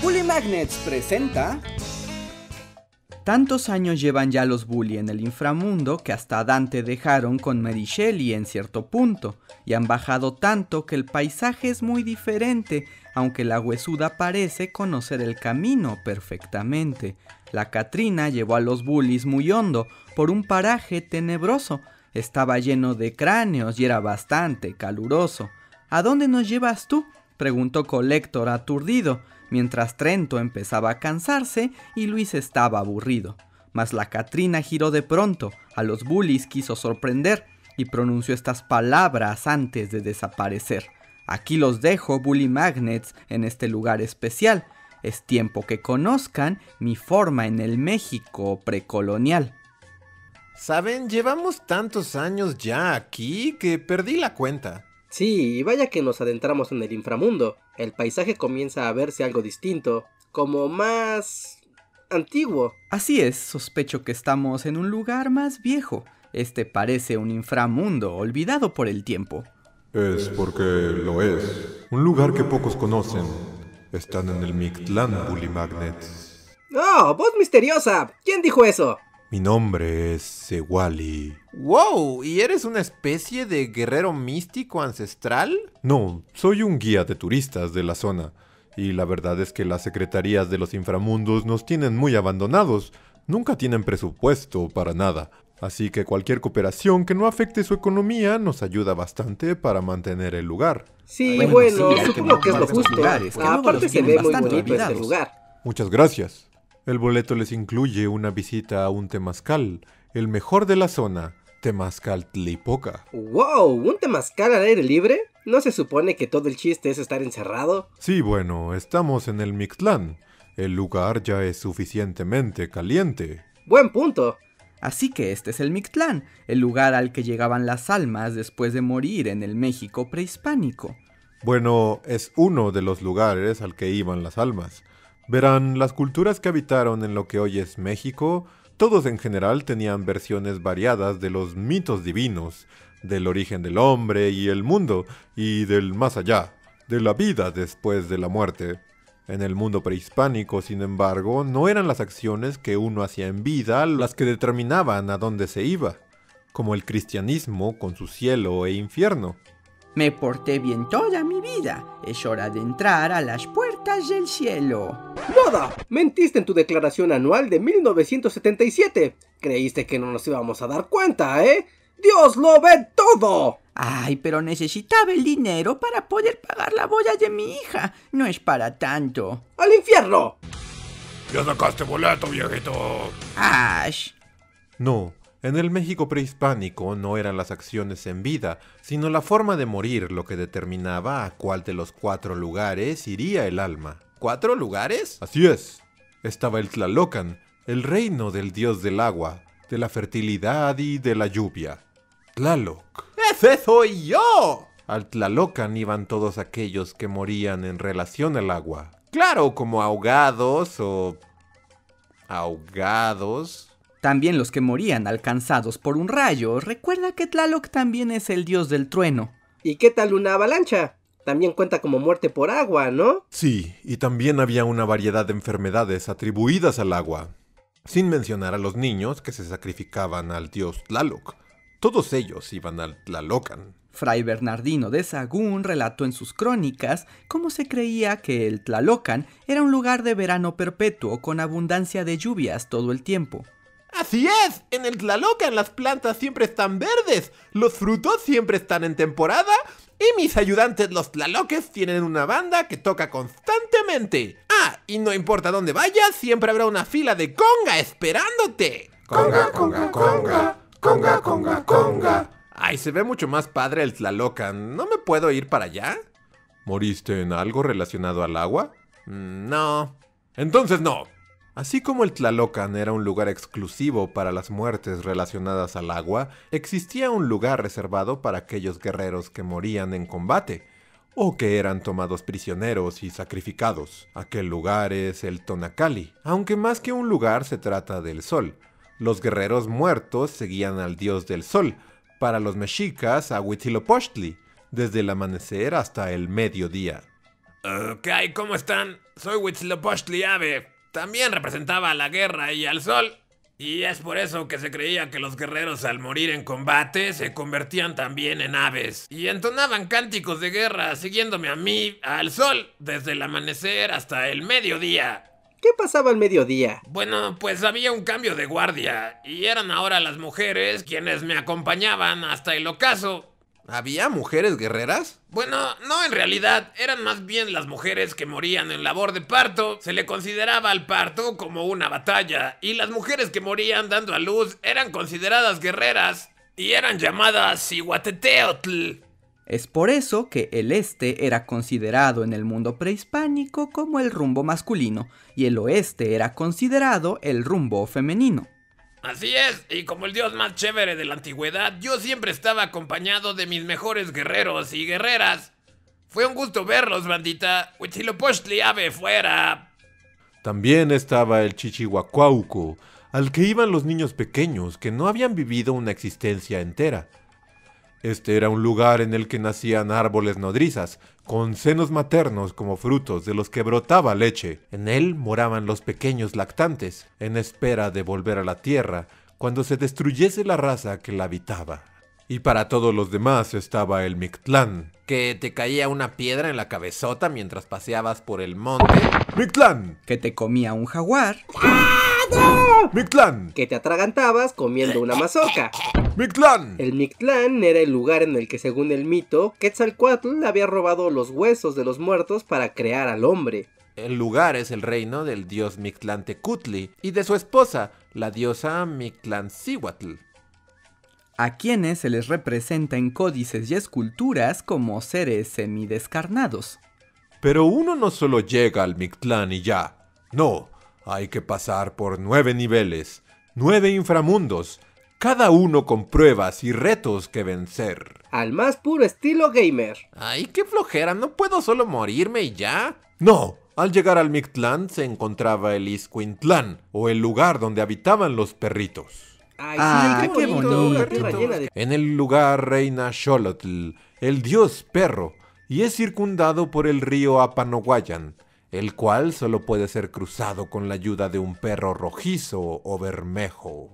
Bully Magnets presenta... Tantos años llevan ya los Bully en el inframundo que hasta a Dante dejaron con Mary Shelley en cierto punto, y han bajado tanto que el paisaje es muy diferente, aunque la huesuda parece conocer el camino perfectamente. La Catrina llevó a los Bullys muy hondo, por un paraje tenebroso. Estaba lleno de cráneos y era bastante caluroso. ¿A dónde nos llevas tú?, preguntó Collector aturdido, mientras Trento empezaba a cansarse y Luis estaba aburrido. Mas la Catrina giró de pronto, a los Bullys quiso sorprender y pronunció estas palabras antes de desaparecer. Aquí los dejo, Bully Magnets, en este lugar especial. Es tiempo que conozcan mi forma en el México precolonial. ¿Saben? Llevamos tantos años ya aquí que perdí la cuenta. Sí, y vaya que nos adentramos en el inframundo. El paisaje comienza a verse algo distinto, como más... antiguo. Así es, sospecho que estamos en un lugar más viejo. Este parece un inframundo olvidado por el tiempo. Es porque lo es. Un lugar que pocos conocen. Están en el Mictlán, Bully Magnets. ¡Oh, voz misteriosa! ¿Quién dijo eso? Mi nombre es Sewali. ¡Wow! ¿Y eres una especie de guerrero místico ancestral? No, soy un guía de turistas de la zona. Y la verdad es que las secretarías de los inframundos nos tienen muy abandonados. Nunca tienen presupuesto para nada. Así que cualquier cooperación que no afecte su economía nos ayuda bastante para mantener el lugar. Sí, Bueno, bueno, sí, supongo que es lo estos justo. lugares, que luego Aparte los se tienen ve muy bastante bonito este olvidados. lugar. Muchas gracias. El boleto les incluye una visita a un temazcal, el mejor de la zona, Temazcal Tlipoca. ¡Wow! ¿Un temazcal al aire libre? ¿No se supone que todo el chiste es estar encerrado? Sí, bueno, estamos en el Mictlán. El lugar ya es suficientemente caliente. Buen punto. Así que este es el Mictlán, el lugar al que llegaban las almas después de morir en el México prehispánico. Bueno, es uno de los lugares al que iban las almas. Verán, las culturas que habitaron en lo que hoy es México, todos en general tenían versiones variadas de los mitos divinos, del origen del hombre y el mundo, y del más allá, de la vida después de la muerte. En el mundo prehispánico, sin embargo, no eran las acciones que uno hacía en vida las que determinaban a dónde se iba, como el cristianismo con su cielo e infierno. Me porté bien toda mi vida. Es hora de entrar a las puertas del cielo. ¡Nada! Mentiste en tu declaración anual de 1977. Creíste que no nos íbamos a dar cuenta, ¿eh? ¡Dios lo ve todo! Ay, pero necesitaba el dinero para poder pagar la boda de mi hija. No es para tanto. ¡Al infierno! ¡Ya sacaste boleto, viejito! ¡Ash! No, en el México prehispánico no eran las acciones en vida, sino la forma de morir lo que determinaba a cuál de los 4 lugares iría el alma. ¿4 lugares? Así es. Estaba el Tlalocan, el reino del dios del agua, de la fertilidad y de la lluvia. Tlaloc. ¡Ese soy yo! Al Tlalocan iban todos aquellos que morían en relación al agua. Claro, como ahogados o... ahogados... También los que morían alcanzados por un rayo. Recuerda que Tlaloc también es el dios del trueno. ¿Y qué tal una avalancha? También cuenta como muerte por agua, ¿no? Sí, y también había una variedad de enfermedades atribuidas al agua. Sin mencionar a los niños que se sacrificaban al dios Tlaloc. Todos ellos iban al Tlalocan. Fray Bernardino de Sahagún relató en sus crónicas cómo se creía que el Tlalocan era un lugar de verano perpetuo con abundancia de lluvias todo el tiempo. ¡Así es! En el Tlalocan las plantas siempre están verdes, los frutos siempre están en temporada y mis ayudantes los tlaloques tienen una banda que toca constantemente. ¡Ah! Y no importa dónde vayas, siempre habrá una fila de conga esperándote. Conga, conga, conga, conga, conga, conga. Ay, se ve mucho más padre el Tlalocan. ¿No me puedo ir para allá? ¿Moriste en algo relacionado al agua? No. Entonces no. Así como el Tlalocan era un lugar exclusivo para las muertes relacionadas al agua, existía un lugar reservado para aquellos guerreros que morían en combate, o que eran tomados prisioneros y sacrificados. Aquel lugar es el Tonacali, aunque más que un lugar se trata del sol. Los guerreros muertos seguían al dios del sol, para los mexicas a Huitzilopochtli, desde el amanecer hasta el mediodía. ¿Qué hay? ¿Cómo están? Soy Huitzilopochtli Ave. También representaba a la guerra y al sol. Y es por eso que se creía que los guerreros al morir en combate se convertían también en aves. Y entonaban cánticos de guerra siguiéndome a mí, al sol, desde el amanecer hasta el mediodía. ¿Qué pasaba al mediodía? Bueno, pues había un cambio de guardia. Y eran ahora las mujeres quienes me acompañaban hasta el ocaso. ¿Había mujeres guerreras? Bueno, no en realidad, eran más bien las mujeres que morían en labor de parto. Se le consideraba al parto como una batalla, y las mujeres que morían dando a luz eran consideradas guerreras, y eran llamadas Cihuateteotl. Es por eso que el este era considerado en el mundo prehispánico como el rumbo masculino, y el oeste era considerado el rumbo femenino. Así es, y como el dios más chévere de la antigüedad, yo siempre estaba acompañado de mis mejores guerreros y guerreras. Fue un gusto verlos, bandita. Huitzilopochtli Ave fuera. También estaba el Chichihuacuauco, al que iban los niños pequeños que no habían vivido una existencia entera. Este era un lugar en el que nacían árboles nodrizas, con senos maternos como frutos de los que brotaba leche. En él moraban los pequeños lactantes, en espera de volver a la tierra cuando se destruyese la raza que la habitaba. Y para todos los demás estaba el Mictlán. ¿Que te caía una piedra en la cabezota mientras paseabas por el monte? ¡Mictlán! Que te comía un jaguar, ¡Mictlán! Que te atragantabas comiendo una mazorca. ¡Mictlán! El Mictlán era el lugar en el que, según el mito, Quetzalcóatl había robado los huesos de los muertos para crear al hombre. El lugar es el reino del dios Mictlantecutli y de su esposa, la diosa Mictlancíhuatl, a quienes se les representa en códices y esculturas como seres semidescarnados. Pero uno no solo llega al Mictlán y ya. No, hay que pasar por 9 niveles, 9 inframundos, cada uno con pruebas y retos que vencer. Al más puro estilo gamer. Ay, qué flojera, ¿no puedo solo morirme y ya? No, al llegar al Mictlán se encontraba el Izcuintlán, o el lugar donde habitaban los perritos. Ay, qué bonito. Una tierra llena de... En el lugar reina Xolotl, el dios perro, y es circundado por el río Apanohuayan, el cual solo puede ser cruzado con la ayuda de un perro rojizo o bermejo.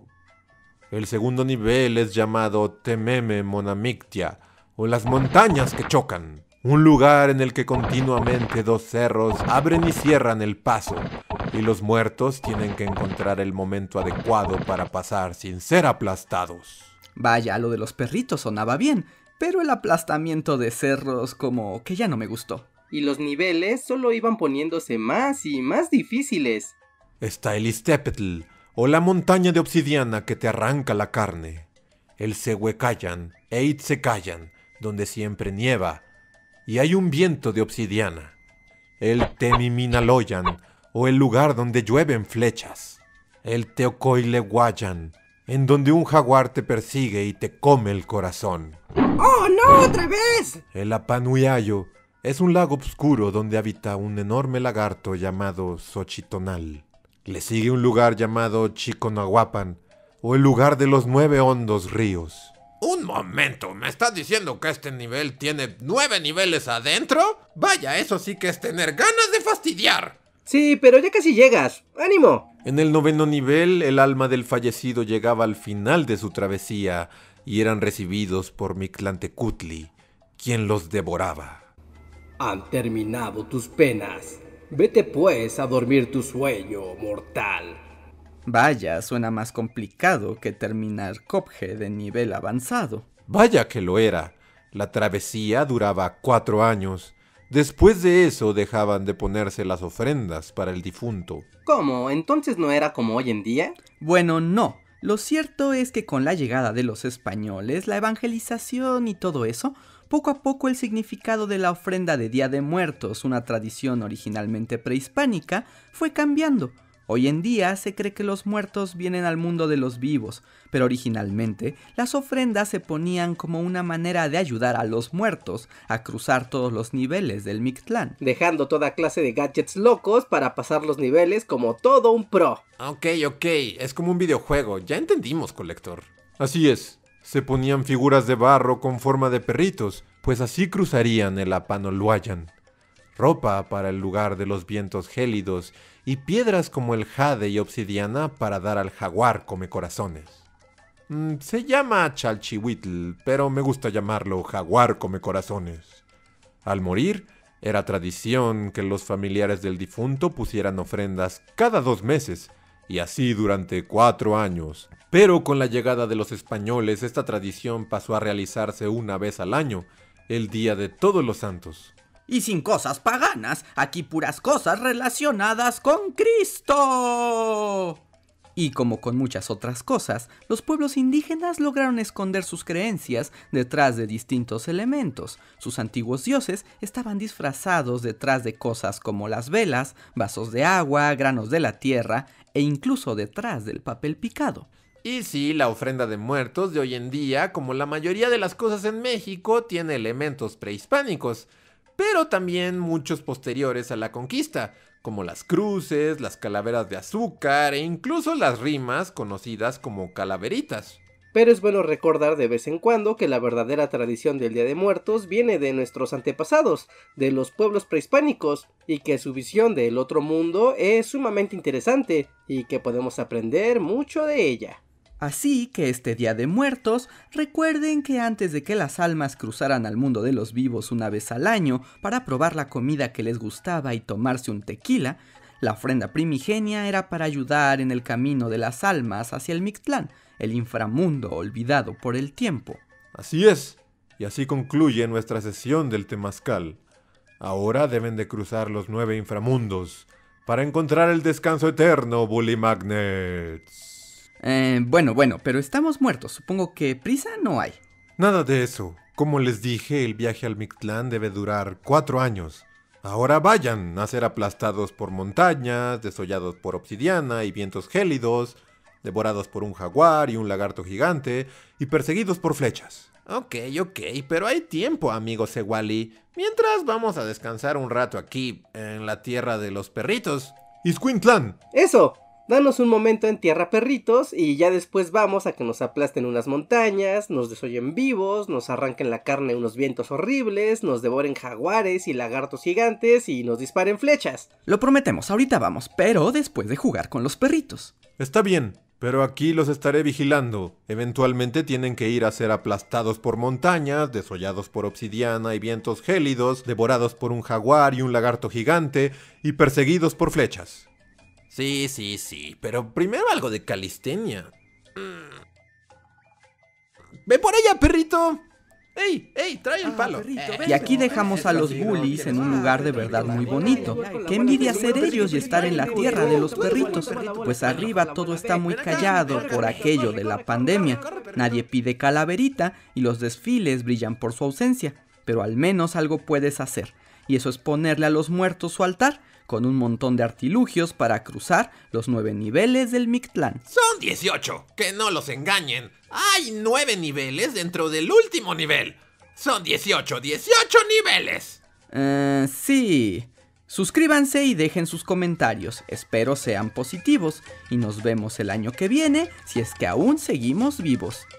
El segundo nivel es llamado Tememe Monamictia, o las montañas que chocan, un lugar en el que continuamente 2 cerros abren y cierran el paso, y los muertos tienen que encontrar el momento adecuado para pasar sin ser aplastados. Vaya, lo de los perritos sonaba bien, pero el aplastamiento de cerros como que ya no me gustó. Y los niveles solo iban poniéndose más y más difíciles. Está el Iztepetl, o la montaña de obsidiana que te arranca la carne, el Sehuecayan e Itzecayan, donde siempre nieva, y hay un viento de obsidiana, el Temiminaloyan, o el lugar donde llueven flechas, el Teocoilehuayan, en donde un jaguar te persigue y te come el corazón. ¡Oh, no, otra vez! El Apanuyayo es un lago oscuro donde habita un enorme lagarto llamado Xochitonal. Le sigue un lugar llamado Chiconahuapan, o el lugar de los 9 hondos ríos. Un momento, ¿me estás diciendo que este nivel tiene 9 niveles adentro? Vaya, eso sí que es tener ganas de fastidiar. Sí, pero ya casi llegas. ¡Ánimo! En el 9º nivel, el alma del fallecido llegaba al final de su travesía y eran recibidos por Mictlantecutli, quien los devoraba. Han terminado tus penas. Vete pues a dormir tu sueño, mortal. Vaya, suena más complicado que terminar Cuphead de nivel avanzado. Vaya que lo era. La travesía duraba 4 años. Después de eso dejaban de ponerse las ofrendas para el difunto. ¿Cómo? ¿Entonces no era como hoy en día? Bueno, no. Lo cierto es que con la llegada de los españoles, la evangelización y todo eso, poco a poco el significado de la ofrenda de Día de Muertos, una tradición originalmente prehispánica, fue cambiando. Hoy en día se cree que los muertos vienen al mundo de los vivos, pero originalmente las ofrendas se ponían como una manera de ayudar a los muertos a cruzar todos los niveles del Mictlán. Dejando toda clase de gadgets locos para pasar los niveles como todo un pro. Ok, es como un videojuego, ya entendimos, colector. Así es, se ponían figuras de barro con forma de perritos, pues así cruzarían el Apanolhuayan. ropa para el lugar de los vientos gélidos y piedras como el jade y obsidiana para dar al jaguar come corazones. Se llama Chalchihuitl, pero me gusta llamarlo jaguar come corazones. Al morir, era tradición que los familiares del difunto pusieran ofrendas cada 2 meses, y así durante 4 años. Pero con la llegada de los españoles, esta tradición pasó a realizarse una vez al año, el Día de Todos los Santos. Y sin cosas paganas, aquí puras cosas relacionadas con Cristo. Y como con muchas otras cosas, los pueblos indígenas lograron esconder sus creencias detrás de distintos elementos. Sus antiguos dioses estaban disfrazados detrás de cosas como las velas, vasos de agua, granos de la tierra e incluso detrás del papel picado. Y sí, la ofrenda de muertos de hoy en día, como la mayoría de las cosas en México, tiene elementos prehispánicos, pero también muchos posteriores a la conquista, como las cruces, las calaveras de azúcar e incluso las rimas conocidas como calaveritas. Pero es bueno recordar de vez en cuando que la verdadera tradición del Día de Muertos viene de nuestros antepasados, de los pueblos prehispánicos, y que su visión del otro mundo es sumamente interesante y que podemos aprender mucho de ella. Así que este Día de Muertos, recuerden que antes de que las almas cruzaran al mundo de los vivos una vez al año para probar la comida que les gustaba y tomarse un tequila, la ofrenda primigenia era para ayudar en el camino de las almas hacia el Mictlán, el inframundo olvidado por el tiempo. Así es, y así concluye nuestra sesión del temazcal. Ahora deben de cruzar los 9 inframundos para encontrar el descanso eterno, Bully Magnets. Bueno, pero estamos muertos, supongo que prisa no hay. Nada de eso. Como les dije, el viaje al Mictlán debe durar 4 años. Ahora vayan a ser aplastados por montañas, desollados por obsidiana y vientos gélidos, devorados por un jaguar y un lagarto gigante, y perseguidos por flechas. Ok, pero hay tiempo, amigo Sewali. Mientras vamos a descansar un rato aquí, en la tierra de los perritos. ¡Izcuintlán! ¡Eso! Danos un momento en Tierra Perritos y ya después vamos a que nos aplasten unas montañas, nos desollen vivos, nos arranquen la carne unos vientos horribles, nos devoren jaguares y lagartos gigantes y nos disparen flechas. Lo prometemos, ahorita vamos, pero después de jugar con los perritos. Está bien, pero aquí los estaré vigilando. Eventualmente tienen que ir a ser aplastados por montañas, desollados por obsidiana y vientos gélidos, devorados por un jaguar y un lagarto gigante y perseguidos por flechas. Sí, pero primero algo de calistenia. ¡Ve por ella, perrito! ¡Ey, trae el palo! Y aquí dejamos a los bullies en un lugar de verdad muy bonito. Qué envidia ser ellos y estar en la tierra de los perritos, pues arriba todo está muy callado por aquello de la pandemia. Nadie pide calaverita y los desfiles brillan por su ausencia, pero al menos algo puedes hacer, y eso es ponerle a los muertos su altar, con un montón de artilugios para cruzar los 9 niveles del Mictlán. Son 18, que no los engañen. Hay 9 niveles dentro del último nivel. Son 18 niveles. Sí. Suscríbanse y dejen sus comentarios. Espero sean positivos. Y nos vemos el año que viene, si es que aún seguimos vivos.